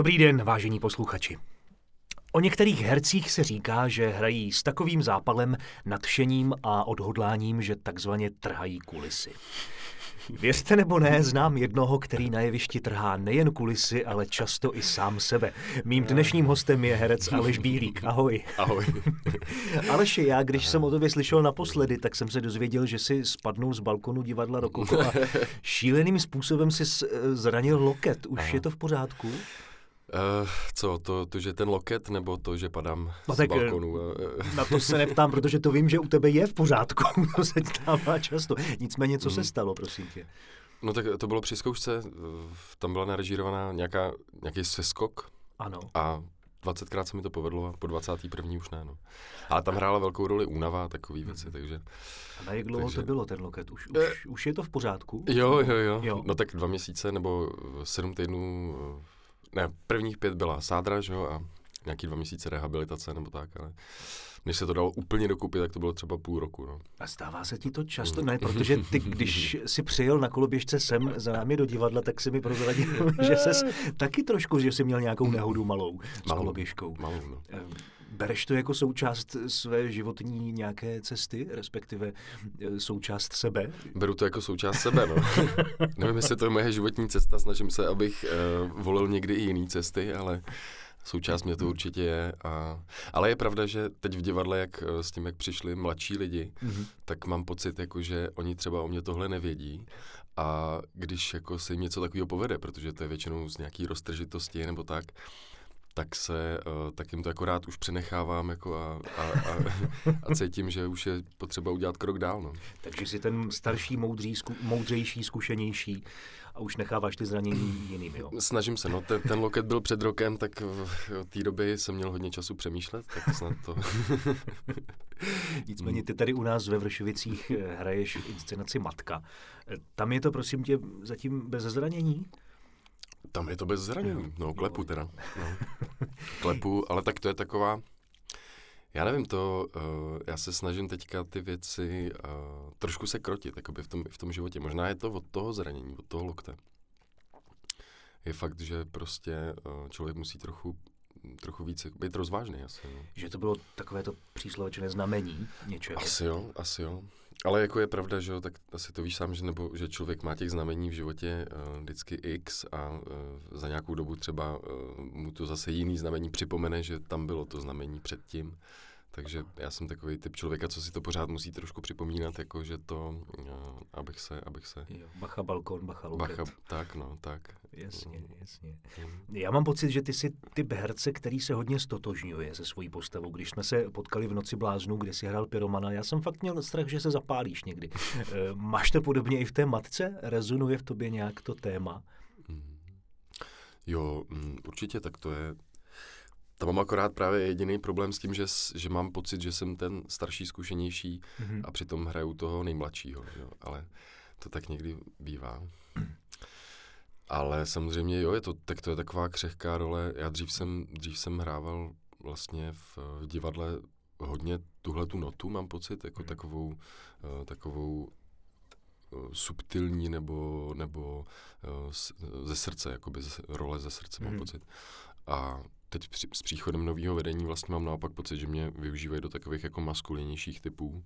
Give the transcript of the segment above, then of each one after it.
Dobrý den, vážení posluchači. O některých hercích se říká, že hrají s takovým zápalem, nadšením a odhodláním, že takzvaně trhají kulisy. Věřte nebo ne, znám jednoho, který na jevišti trhá nejen kulisy, ale často i sám sebe. Mým dnešním hostem je herec Aleš Bílík. Ahoj. Ahoj. Aleši, já když jsem o tobě slyšel naposledy, tak jsem se dozvěděl, že si spadnul z balkonu divadla Rokoko a šíleným způsobem si zranil loket. Už je to v pořádku? To, že ten loket, nebo to, že padám z tak, balkonu? Na to se neptám, protože to vím, že u tebe je v pořádku. To se stává často. Nicméně, co se stalo, prosím tě? No tak to bylo při zkoušce, tam byla narežírovaná nějaký seskok. Ano. A 20krát se mi to povedlo a po 21. už ne. No. Ale tam hrála velkou roli únava a takový věci, takže... A na jak dlouho to bylo, ten loket? Už je to v pořádku? Jo. No tak 2 měsíce nebo 7 týdnů... Ne, prvních 5 byla sádra, že jo, a nějaký 2 měsíce rehabilitace nebo tak, ale než se to dalo úplně dokupy, tak to bylo třeba půl roku, no. A stává se ti to často? Ne, protože ty, když si přijel na koloběžce sem za námi do divadla, tak si mi prozradil, že ses taky trošku, že jsi měl nějakou nehodu malou s koloběžkou. Malou, no. Bereš to jako součást své životní nějaké cesty, respektive součást sebe? Beru to jako součást sebe, no. Nevím, jestli to je moje životní cesta, snažím se, abych volil někdy i jiný cesty, ale součást mě to určitě je. Ale je pravda, že teď v divadle, jak přišli mladší lidi, tak mám pocit, jako, že oni třeba o mě tohle nevědí. A když jako se jim něco takového povede, protože to je většinou z nějaký roztržitosti nebo tak jim to akorát už přenechávám jako a cítím, že už je potřeba udělat krok dál. No. Takže jsi ten starší, moudřejší, zkušenější a už necháváš ty zranění jiným, jo? Snažím se, no. Ten loket byl před rokem, tak v té době jsem měl hodně času přemýšlet, tak snad to... Nicméně ty tady u nás ve Vršovicích hraješ v inscenaci Matka. Tam je to, prosím tě, zatím bez zranění? Tam je to bez zranění, no, klepu teda. No. Klepu, ale tak to je taková, já nevím, já se snažím teďka ty věci trošku se krotit, jakoby v tom životě. Možná je to od toho zranění, od toho lokte. Je fakt, že prostě člověk musí trochu víc být rozvážný asi. No. Že to bylo takové to příslovečné znamení něčeho. Asi jo. Ale jako je pravda, že jo, tak asi to víš sám, že člověk má těch znamení v životě vždycky x a za nějakou dobu třeba mu to zase jiný znamení připomene, že tam bylo to znamení předtím. Takže já jsem takový typ člověka, co si to pořád musí trošku připomínat, jako že to, abych se... Jo, bacha balkon, bacha loket. Tak. Jasně. Já mám pocit, že ty jsi typ herce, který se hodně stotožňuje se svojí postavou. Když jsme se potkali v Noci bláznů, kde jsi hrál pyromana, já jsem fakt měl strach, že se zapálíš někdy. Máš to podobně i v té Matce? Rezonuje v tobě nějak to téma? Jo, určitě, tak to je... Tam mám akorát právě jediný problém s tím, že mám pocit, že jsem ten starší, zkušenější a přitom hraju toho nejmladšího, jo? Ale to tak někdy bývá. Ale samozřejmě jo, to je taková křehká role. Já dřív jsem hrával vlastně v divadle hodně tuhletu notu, mám pocit, jako takovou subtilní nebo ze srdce, jakoby role ze srdce, mám pocit. A teď s příchodem nového vedení vlastně mám naopak pocit, že mě využívají do takových jako maskulinnějších typů.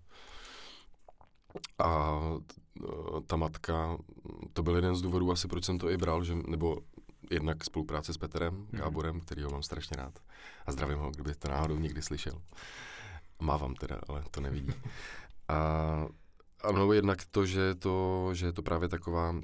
A ta Matka, to byl jeden z důvodů asi, proč jsem to i bral, nebo jednak spolupráce s Petrem Gáborem, kterýho mám strašně rád. A zdravím ho, kdyby to náhodou někdy slyšel. Mávám teda, ale to nevidí. A ano, jednak to, že je to právě taková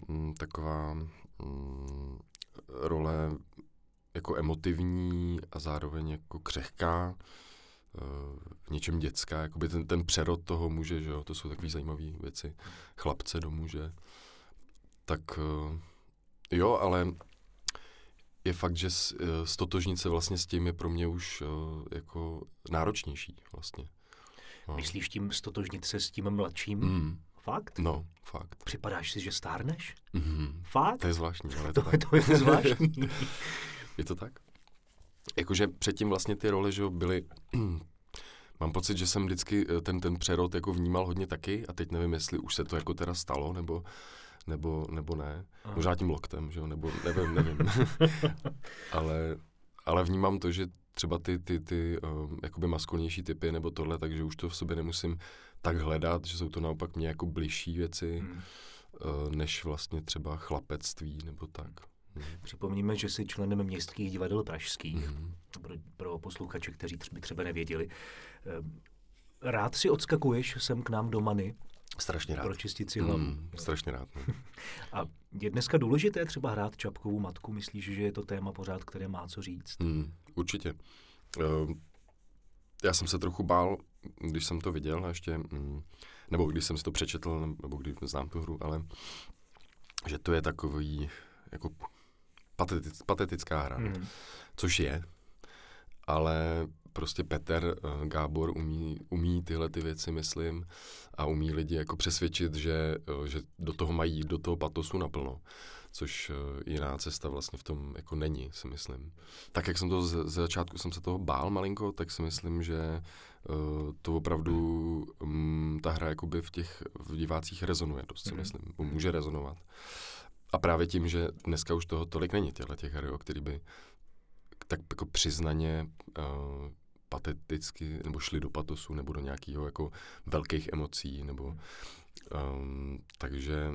role jako emotivní a zároveň jako křehká, v něčem dětská, jakoby ten přerod toho muže, že jo, to jsou takové zajímavé věci, chlapce do muže. Tak jo, ale je fakt, že stotožnit se vlastně s tím je pro mě už jako náročnější vlastně. No. Myslíš tím stotožnit se s tím mladším? Fakt? No, fakt. Připadáš si, že stárneš? Fakt? To je zvláštní, ale to je zvláštní. Je to tak? Jakože předtím vlastně ty role, že byly... Mám pocit, že jsem vždycky ten přerod jako vnímal hodně taky a teď nevím, jestli už se to jako teda stalo, nebo nebo ne. Možná tím loktem, že jo, nebo nevím. ale vnímám to, že třeba ty jakoby maskulnější typy nebo tohle, takže už to v sobě nemusím tak hledat, že jsou to naopak mě jako bližší věci, než vlastně třeba chlapectví nebo tak. Připomníme, že jsi členem Městských divadel pražských, pro posluchače, kteří by třeba nevěděli. Rád si odskakuješ sem k nám do Many? Strašně rád. Pročistit si hlavu. Strašně rád. No. A je dneska důležité třeba hrát Čapkovu matku? Myslíš, že je to téma pořád, které má co říct? Určitě. Já jsem se trochu bál, když jsem to viděl ještě, nebo když jsem si to přečetl, nebo když znám tu hru, ale že to je takový jako patetická hra, což je, ale prostě Petr Gábor umí tyhle ty věci, myslím, a umí lidi jako přesvědčit, že do toho mají jít, do toho patosu naplno, což jiná cesta vlastně v tom jako není, si myslím. Tak jak jsem to ze začátku jsem se toho bál malinko, tak si myslím, že to opravdu ta hra jakoby v divácích rezonuje dost, si myslím, může rezonovat. A právě tím, že dneska už toho tolik není těch her, který by tak jako přiznaně pateticky, nebo šli do patosu, nebo do nějakého jako velkých emocí, nebo takže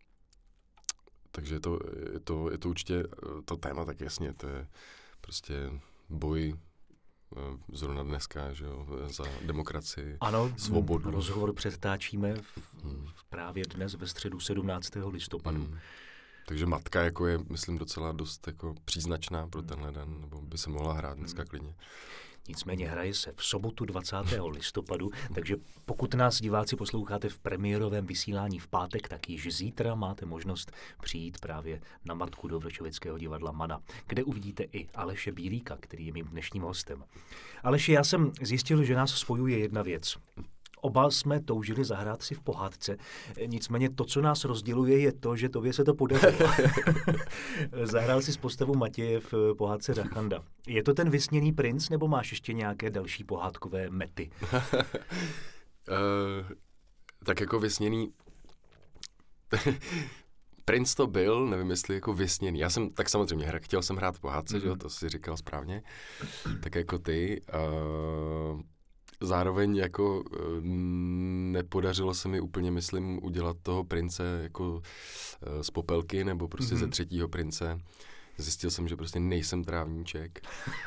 je to určitě to téma, tak jasně, to je prostě boj zrovna dneska, že jo, za demokracii, svobodu. Ano, rozhovor předtáčíme právě dnes ve středu 17. listopadu. Takže matka jako je, myslím, docela dost jako příznačná pro tenhle den, nebo by se mohla hrát dneska klidně. Nicméně hraje se v sobotu 20. listopadu, takže pokud nás diváci posloucháte v premiérovém vysílání v pátek, tak již zítra máte možnost přijít právě na matku do Vršovického divadla Mana, kde uvidíte i Aleše Bílíka, který je mým dnešním hostem. Aleši, já jsem zjistil, že nás spojuje jedna věc. Oba jsme toužili zahrát si v pohádce, nicméně to, co nás rozděluje, je to, že tobě se to podařilo. Zahrál si s postavu Matěje v pohádce Řachanda. Je to ten vysněný princ, nebo máš ještě nějaké další pohádkové mety? Tak jako vysněný... Princ to byl, nevím, jestli jako vysněný. Já jsem, tak samozřejmě, chtěl jsem hrát v pohádce, že jo, to si říkal správně. Tak jako ty... Zároveň jako nepodařilo se mi úplně, myslím, udělat toho prince jako z Popelky nebo prostě ze Třetího prince. Zjistil jsem, že prostě nejsem trávníček.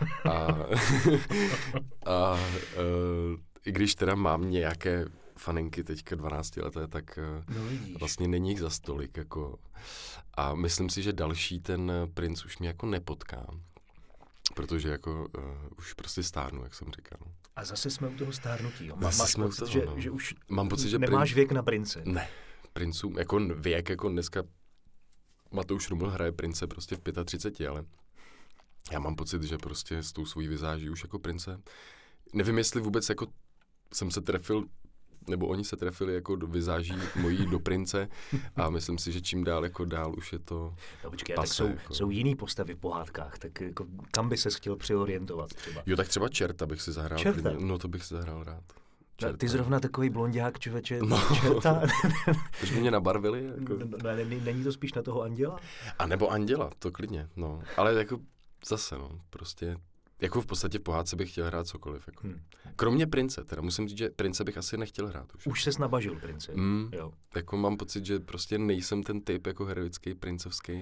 A i když teda mám nějaké faninky teďka 12 leté, tak vlastně není jich za stolik. Jako. A myslím si, že další ten princ už mě jako nepotká. Protože jako už prostě stárnu, jak jsem říkal. A zase jsme u toho stárnutí. Máš pocit, že už mám pocit, že nemáš věk na prince. Ne, princům, jako věk, jako dneska Matouš Ruml hraje prince prostě v 35, ale já mám pocit, že prostě s tou svojí vizáží už jako prince. Nevím, jestli vůbec jako jsem se trefil, nebo oni se trefili jako do vizáží mojí do prince a myslím si, že čím dál jako dál už je to počkej, pase, tak jsou jiný postavy v pohádkách, tak jako kam by ses chtěl přeorientovat třeba? Jo, tak třeba Čerta bych si zahrál. Čerta? No to bych si zahrál rád. Čerta. Ty zrovna takový blonďák, člověče, Čerta? Už mě nabarvili? Jako... Není to spíš na toho anděla? A nebo anděla, to klidně, no. Ale jako zase, no, prostě... Jako v podstatě v pohádce bych chtěl hrát cokoliv. Jako. Kromě prince, teda musím říct, že prince bych asi nechtěl hrát už. Už ses nabažil prince. Jo. Jako mám pocit, že prostě nejsem ten typ jako heroický, princovský.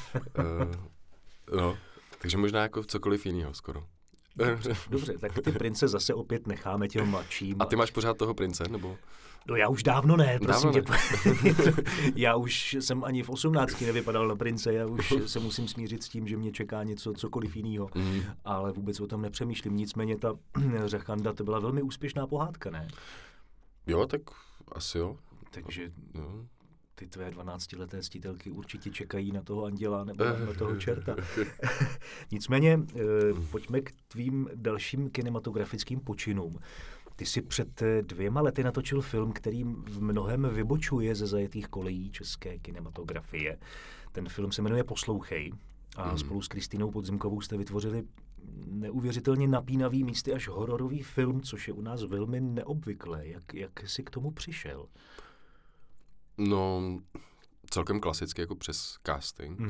No, takže možná jako cokoliv jiného skoro. Dobře, tak ty prince zase opět necháme těm mladším. A ty máš pořád toho prince, nebo? No já už dávno ne, prosím tě. Já už jsem ani v 18 nevypadal na prince, já už se musím smířit s tím, že mě čeká cokoliv jiného. Ale vůbec o tom nepřemýšlím. Nicméně ta Řachanda, to byla velmi úspěšná pohádka, ne? Jo, tak asi jo. Takže ty tvé 12leté ctitelky určitě čekají na toho anděla nebo na toho čerta. Nicméně pojďme k tvým dalším kinematografickým počinům. Ty jsi před 2 lety natočil film, který v mnohem vybočuje ze zajetých kolejí české kinematografie. Ten film se jmenuje Poslouchej a spolu s Kristýnou Podzimkovou jste vytvořili neuvěřitelně napínavý, místy až hororový film, což je u nás velmi neobvyklé. Jak jsi k tomu přišel? No, celkem klasicky jako přes casting,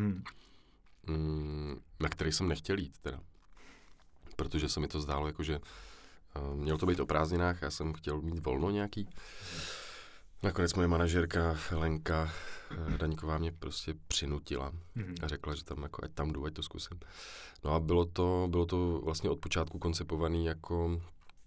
na který jsem nechtěl jít teda. Protože se mi to zdálo jako, že mělo to být o prázdninách, já jsem chtěl mít volno nějaký. Nakonec moje manažerka Lenka Daňková mě prostě přinutila a řekla, že tam jako, ať tam jdu, ať to zkusím. No a bylo to vlastně od počátku koncipovaný jako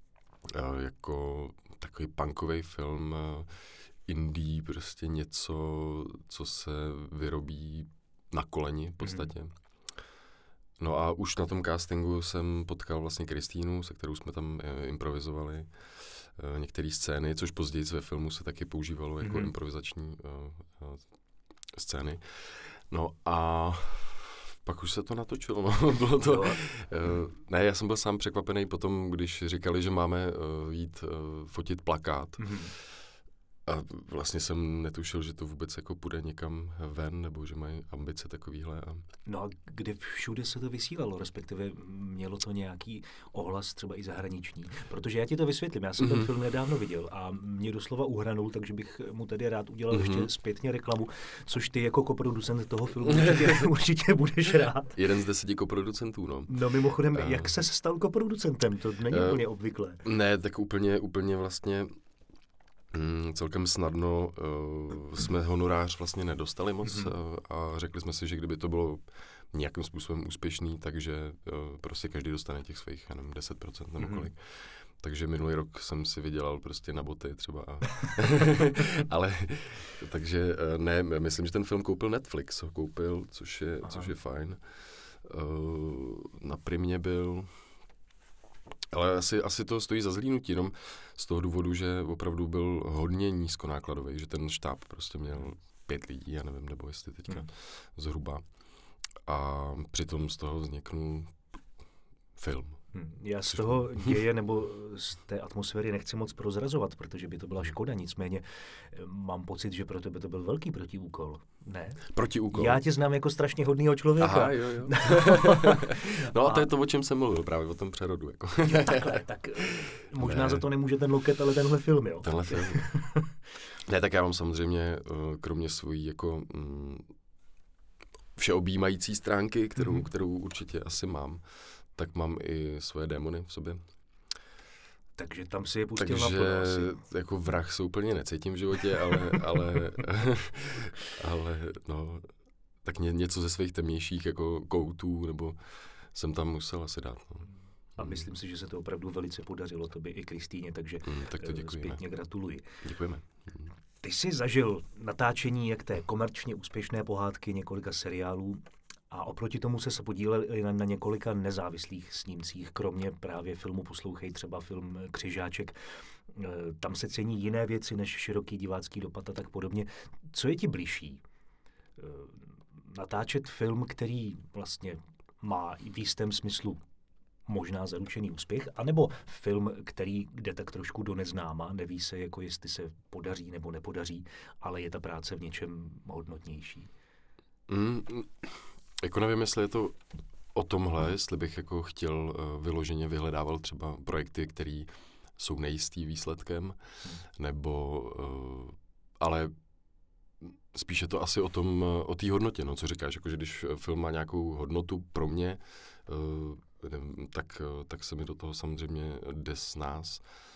takový punkový film, indie, prostě něco, co se vyrobí na koleni v podstatě. No a už na tom castingu jsem potkal vlastně Kristýnu, se kterou jsme tam improvizovali některé scény, což později ve filmu se taky používalo jako improvizační scény. No a pak už se to natočilo. No. Bylo to, ne, já jsem byl sám překvapený potom, když říkali, že máme jít fotit plakát. A vlastně jsem netušil, že to vůbec jako půjde někam ven, nebo že mají ambice takovýhle. No a kde všude se to vysílalo, respektive mělo to nějaký ohlas třeba i zahraniční? Protože já ti to vysvětlím, já jsem ten film nedávno viděl a mě doslova uhranul, takže bych mu tady rád udělal ještě zpětně reklamu, což ty jako koproducent toho filmu určitě budeš rád. Jeden z 10 koproducentů, no. No mimochodem, jak se stal koproducentem? To není úplně obvyklé. Ne, tak úplně vlastně celkem snadno jsme honorář vlastně nedostali moc a řekli jsme si, že kdyby to bylo nějakým způsobem úspěšný, takže prostě každý dostane těch svých, já nevím, 10% nebo kolik. Takže minulý rok jsem si vydělal prostě na boty třeba. Ale takže ne, myslím, že ten film koupil Netflix, což je fajn. Na Primě byl. Ale asi to stojí za zhlídnutí, jenom z toho důvodu, že opravdu byl hodně nízkonákladový, že ten štáb prostě měl 5 lidí, já nevím, nebo jestli teďka zhruba. A přitom z toho vzniknul film. Já z toho děje nebo z té atmosféry nechci moc prozrazovat, protože by to byla škoda, nicméně mám pocit, že pro tebe to byl velký protiúkol, ne? Protiúkol? Já tě znám jako strašně hodnýho člověka. Aha, jo. No a to je to, o čem jsem mluvil, právě o tom přerodu. Jako. Takhle, tak možná za to nemůže ten loket, ale tenhle film, jo? Tenhle film. Ne, tak já mám samozřejmě, kromě svojí jako všeobjímající stránky, kterou určitě asi mám, tak mám i svoje démony v sobě. Takže tam si je pustil na plno asi. Jako vrah se úplně necítím v životě, ale no, tak něco ze svých temnějších jako koutů, nebo jsem tam musel asi dát. No. A myslím si, že se to opravdu velice podařilo tobě i Kristýně, takže tak to zpětně gratuluji. Děkujeme. Ty jsi zažil natáčení jak té komerčně úspěšné pohádky několika seriálů, a oproti tomu se podílel i na několika nezávislých snímcích, kromě právě filmu Poslouchej, třeba film Křižáček. Tam se cení jiné věci než široký divácký dopad a tak podobně. Co je ti bližší? Natáčet film, který vlastně má v jistém smyslu možná zaručený úspěch, anebo film, který jde tak trošku do neznáma, neví se, jako jestli se podaří nebo nepodaří, ale je ta práce v něčem hodnotnější? Jako nevím, jestli je to o tomhle, jestli bych jako chtěl vyloženě vyhledával třeba projekty, které jsou nejistý výsledkem, nebo ale spíš je to asi o té hodnotě, no, co říkáš, jako, že když film má nějakou hodnotu pro mě, tak se mi do toho samozřejmě jde s nás.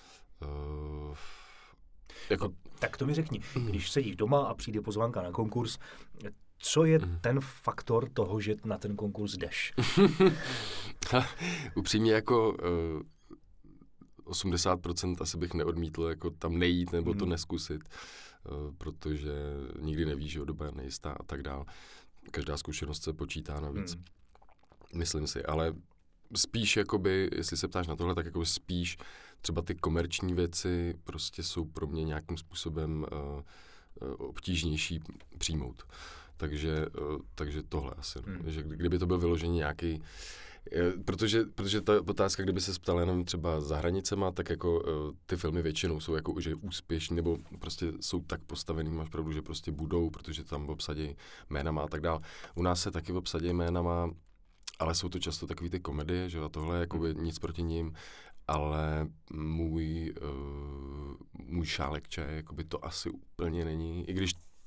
Jako... Tak to mi řekni, když sedíš doma a přijde pozvánka na konkurs, co je ten faktor toho, že na ten konkurs jdeš? Upřímně jako 80% asi bych neodmítl jako tam nejít nebo to neskusit, protože nikdy nevíš, že doba je nejistá a tak dál. Každá zkušenost se počítá navíc. Myslím si, ale spíš jakoby, jestli se ptáš na tohle, tak jakoby spíš třeba ty komerční věci prostě jsou pro mě nějakým způsobem obtížnější přijmout. Takže tohle asi. Že kdyby to byl vyložený nějaký... Protože ta otázka, kdyby se ptal jenom třeba za hranicema, tak jako ty filmy většinou jsou jako že úspěšní, nebo prostě jsou tak postavený, máš pravdu, že prostě budou, protože tam obsadí jménama a tak dál. U nás se taky obsadí jménama, ale jsou to často takový ty komedie, že a tohle jakoby nic proti ním, ale můj šálek čaje, jakoby to asi úplně není, i když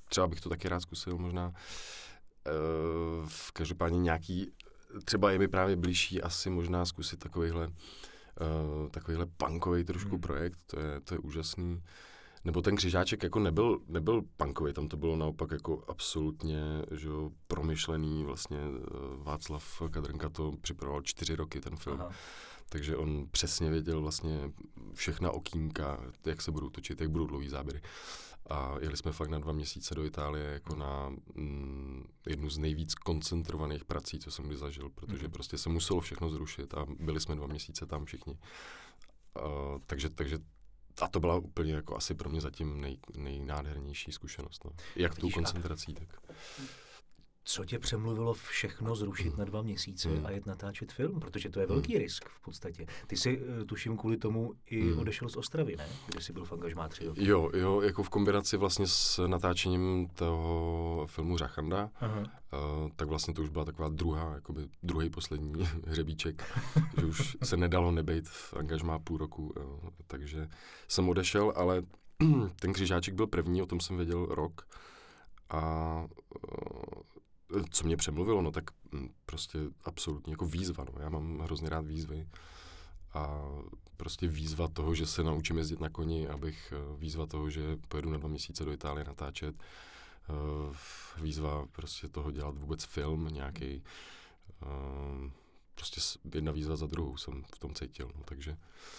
třeba bych to taky rád zkusil možná. Každopádně nějaký, třeba je mi právě blížší asi možná zkusit takovýhle punkový trošku projekt, to je úžasný. Nebo ten Křižáček jako nebyl punkový, tam to bylo naopak jako absolutně, že jo, promyšlený, vlastně Václav Kadrnka to připravoval 4 roky ten film. Aha. Takže on přesně věděl vlastně všechna okýnka, jak se budou točit, jak budou dlouhý záběry. A jeli jsme fakt na 2 měsíce do Itálie jako na jednu z nejvíc koncentrovaných prací, co jsem kdy zažil, protože prostě se muselo všechno zrušit a byli jsme 2 měsíce tam všichni. Takže a to byla úplně jako asi pro mě zatím nejnádhernější zkušenost. No. Jak tou koncentrací, tak. Co tě přemluvilo všechno zrušit na 2 měsíce a jet natáčet film? Protože to je velký risk v podstatě. Ty jsi, tuším, kvůli tomu i odešel z Ostravy, ne? Kde jsi byl v angažmá 3 roky. Jo, jako v kombinaci vlastně s natáčením toho filmu Řachanda, tak vlastně to už byla taková druhý poslední hřebíček, že už se nedalo nebejt v angažmá půl roku, takže jsem odešel, ale ten Křižáček byl první, o tom jsem věděl rok. A co mě přemluvilo, no tak prostě absolutně jako výzva, no. Já mám hrozně rád výzvy a prostě výzva toho, že se naučím jezdit na koni, výzva toho, že pojedu na 2 měsíce do Itálie natáčet, výzva prostě toho dělat vůbec film nějaký, prostě jedna výzva za druhou jsem v tom cítil, no, takže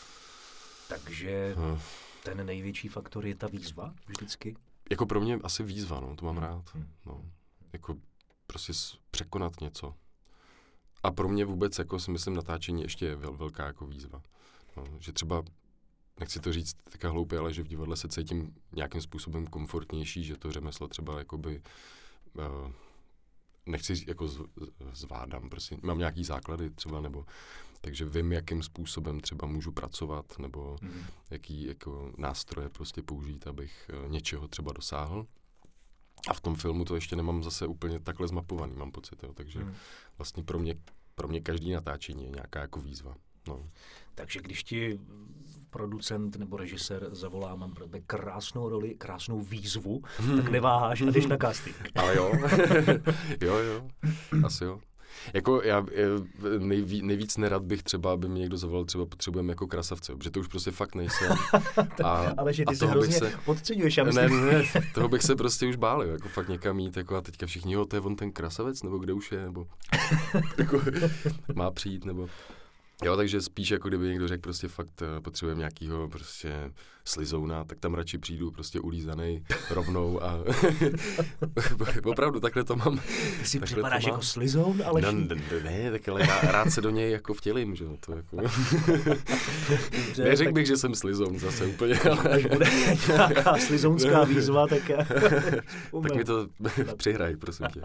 ten největší faktor je ta výzva vždycky? Jako pro mě asi výzva, no, to mám rád. No, jako prostě překonat něco. A pro mě vůbec, jako si myslím, natáčení ještě je velká jako výzva. No, že třeba, nechci to říct taká hloupě, ale že v divadle se cítím nějakým způsobem komfortnější, že to řemeslo třeba jakoby, nechci jako zvládám, prostě mám nějaký základy třeba, nebo takže vím, jakým způsobem třeba můžu pracovat, nebo jaký jako nástroje prostě použít, abych něčeho třeba dosáhl. A v tom filmu to ještě nemám zase úplně takhle zmapovaný, mám pocit, jo. Takže vlastně pro mě každý natáčení je nějaká jako výzva. No. Takže když ti producent nebo režisér zavolá, mám pro tebe krásnou roli, krásnou výzvu, tak neváháš a jdeš na casting. Ale jo, jo, asi jo. Jako já nejvíc nerad bych třeba, aby mě někdo zavolal, třeba potřebujeme jako krasavce, protože to už prostě fakt nejsem. Ale že ty se hrozně podceňuješ, já myslím. Ne, toho bych se prostě už bál, jako fakt někam jít, jako a teďka všichni, to je on ten krasavec, nebo kde už je, nebo jako, má přijít, nebo. Jo, takže spíš jako kdyby někdo řekl prostě fakt potřebujeme nějakýho prostě slizouna, tak tam radši přijdu prostě ulízanej rovnou a opravdu takhle to mám. Ty si připadáš jako slizoun, ale ne, tak ale já rád se do něj jako vtělím, že jo, to jako. Neřekl bych, že jsem slizoun zase úplně, ale. Až bude nějaká slizounská výzva, tak tak mi to přihraj, prosím tě.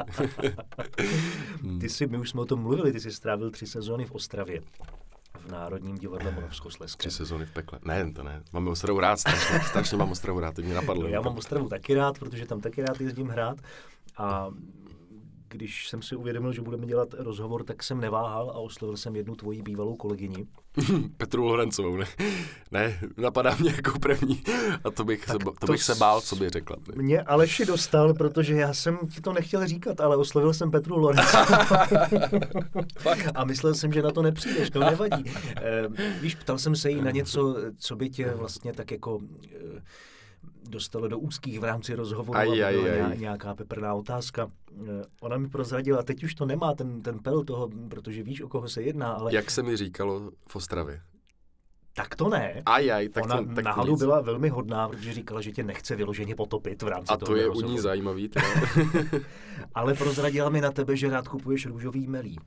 My už jsme o tom mluvili, ty jsi strávil 3 sezóny v Ostravě. V Národním divadle Moravskoslezském. 3 sezóny v pekle. Ne, to ne. Mám Ostravu rád, strašně mám Ostravu rád, teď mě napadlo. No, já mám Ostravu taky rád, protože tam taky rád jezdím hrát. A když jsem si uvědomil, že budeme dělat rozhovor, tak jsem neváhal a oslovil jsem jednu tvoji bývalou kolegyni. Petru Lorencovou, ne? Ne, napadá mě jako první. A to bych se bál, co by řekla. Ne? Mě Aleši dostal, protože já jsem ti to nechtěl říkat, ale oslovil jsem Petru Lorencovou. A myslel jsem, že na to nepřijdeš, to nevadí. Víš, ptal jsem se jí na něco, co by tě vlastně tak jako dostalo do úzkých v rámci rozhovoru a byla nějaká peprná otázka. Ona mi prozradila, teď už to nemá ten pel toho, protože víš, o koho se jedná, ale. Jak se mi říkalo v Ostravě? Tak to ne. Tak ona náhodou byla velmi hodná, protože říkala, že tě nechce vyloženě potopit v rámci toho rozhovoru. A to je rozhovoru. U ní zajímavý. Ale prozradila mi na tebe, že rád kupuješ růžový melí.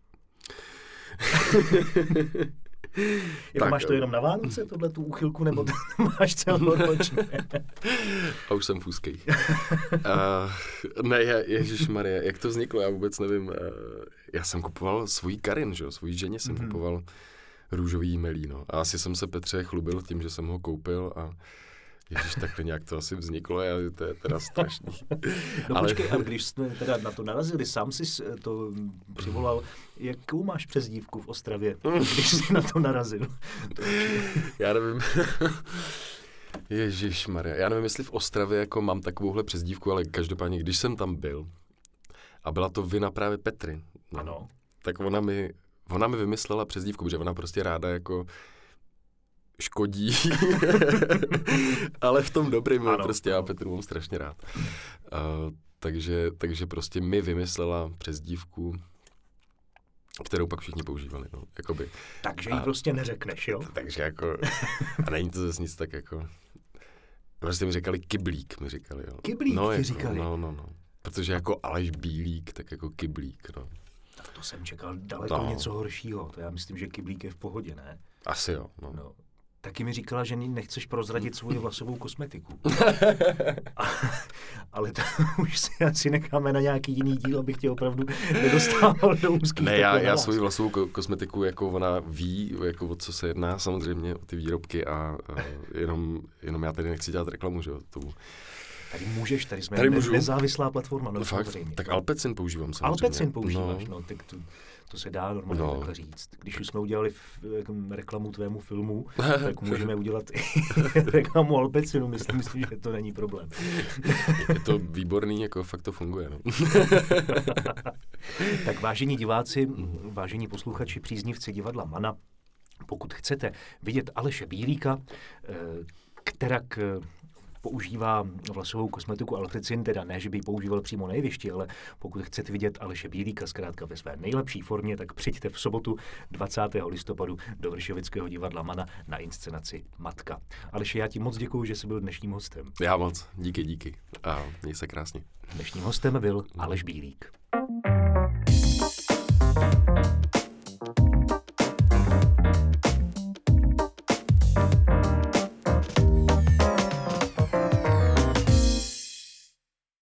Jako máš to jenom na Vánoce, tohle tu úchylku, nebo to máš celoročně? A už jsem fúskej. Ne, ježišmarja, jak to vzniklo, já vůbec nevím. Já jsem kupoval svůj Karin, že jo, svojí ženě jsem kupoval růžový melí, no. A asi jsem se Petře chlubil tím, že jsem ho koupil a ježiš, takhle nějak to asi vzniklo a to je teda strašný. No ale počkej, ale když jsme teda na to narazili, sám jsi to přivolal, jakou máš přezdívku v Ostravě, když jsi na to narazil? Já nevím. Ježišmarja. Já nevím, jestli v Ostravě jako mám takovouhle přezdívku, ale každopádně, když jsem tam byl a byla to vina právě Petry, no, Ano. tak ona mi vymyslela přezdívku, protože ona prostě ráda jako škodí, ale v tom dobrým, ano, prostě já Petru mám strašně rád. Takže prostě mi vymyslela přezdívku, kterou pak všichni používali, no, jakoby. Takže ji prostě neřekneš, jo? Takže jako, a není to zase nic tak jako, prostě mi říkali Kyblík, mi říkali, jo. Kyblík no, ti jako, říkali? No. Protože jako Aleš Bílík, tak jako Kyblík, no. Tak to jsem čekal daleko něco horšího, to já myslím, že Kyblík je v pohodě, ne? Asi jo, no. Taky mi říkala, že nechceš prozradit svoji vlasovou kosmetiku. Ale to už si asi necháme na nějaký jiný díl, abych tě opravdu nedostával do úzkých. Ne, já svoji vlasovou kosmetiku, jako ona ví, jako o co se jedná, samozřejmě o ty výrobky a jenom já tady nechci dělat reklamu, že jo, tomu. Tady můžeš, tady jsme nezávislá platforma. No, fakt, tak Alpecin používám samozřejmě. Alpecin používáš, no tak to se dá normálně takhle říct. Když už jsme udělali reklamu tvému filmu, tak můžeme udělat i reklamu Alpecinu, myslím si, že to není problém. Je to výborný, jako fakt to funguje, no. Tak vážení diváci, vážení posluchači, příznivci divadla Mana, pokud chcete vidět Aleše Bílíka, kterak používá vlasovou kosmetiku Alpecin, teda ne, že by ji používal přímo na jevišti, ale pokud chcete vidět Aleše Bílíka zkrátka ve své nejlepší formě, tak přijďte v sobotu 20. listopadu do Vršovického divadla Mana na inscenaci Matka. Aleši, já ti moc děkuju, že jsi byl dnešním hostem. Já moc, díky. A měj se krásně. Dnešním hostem byl Aleš Bílík.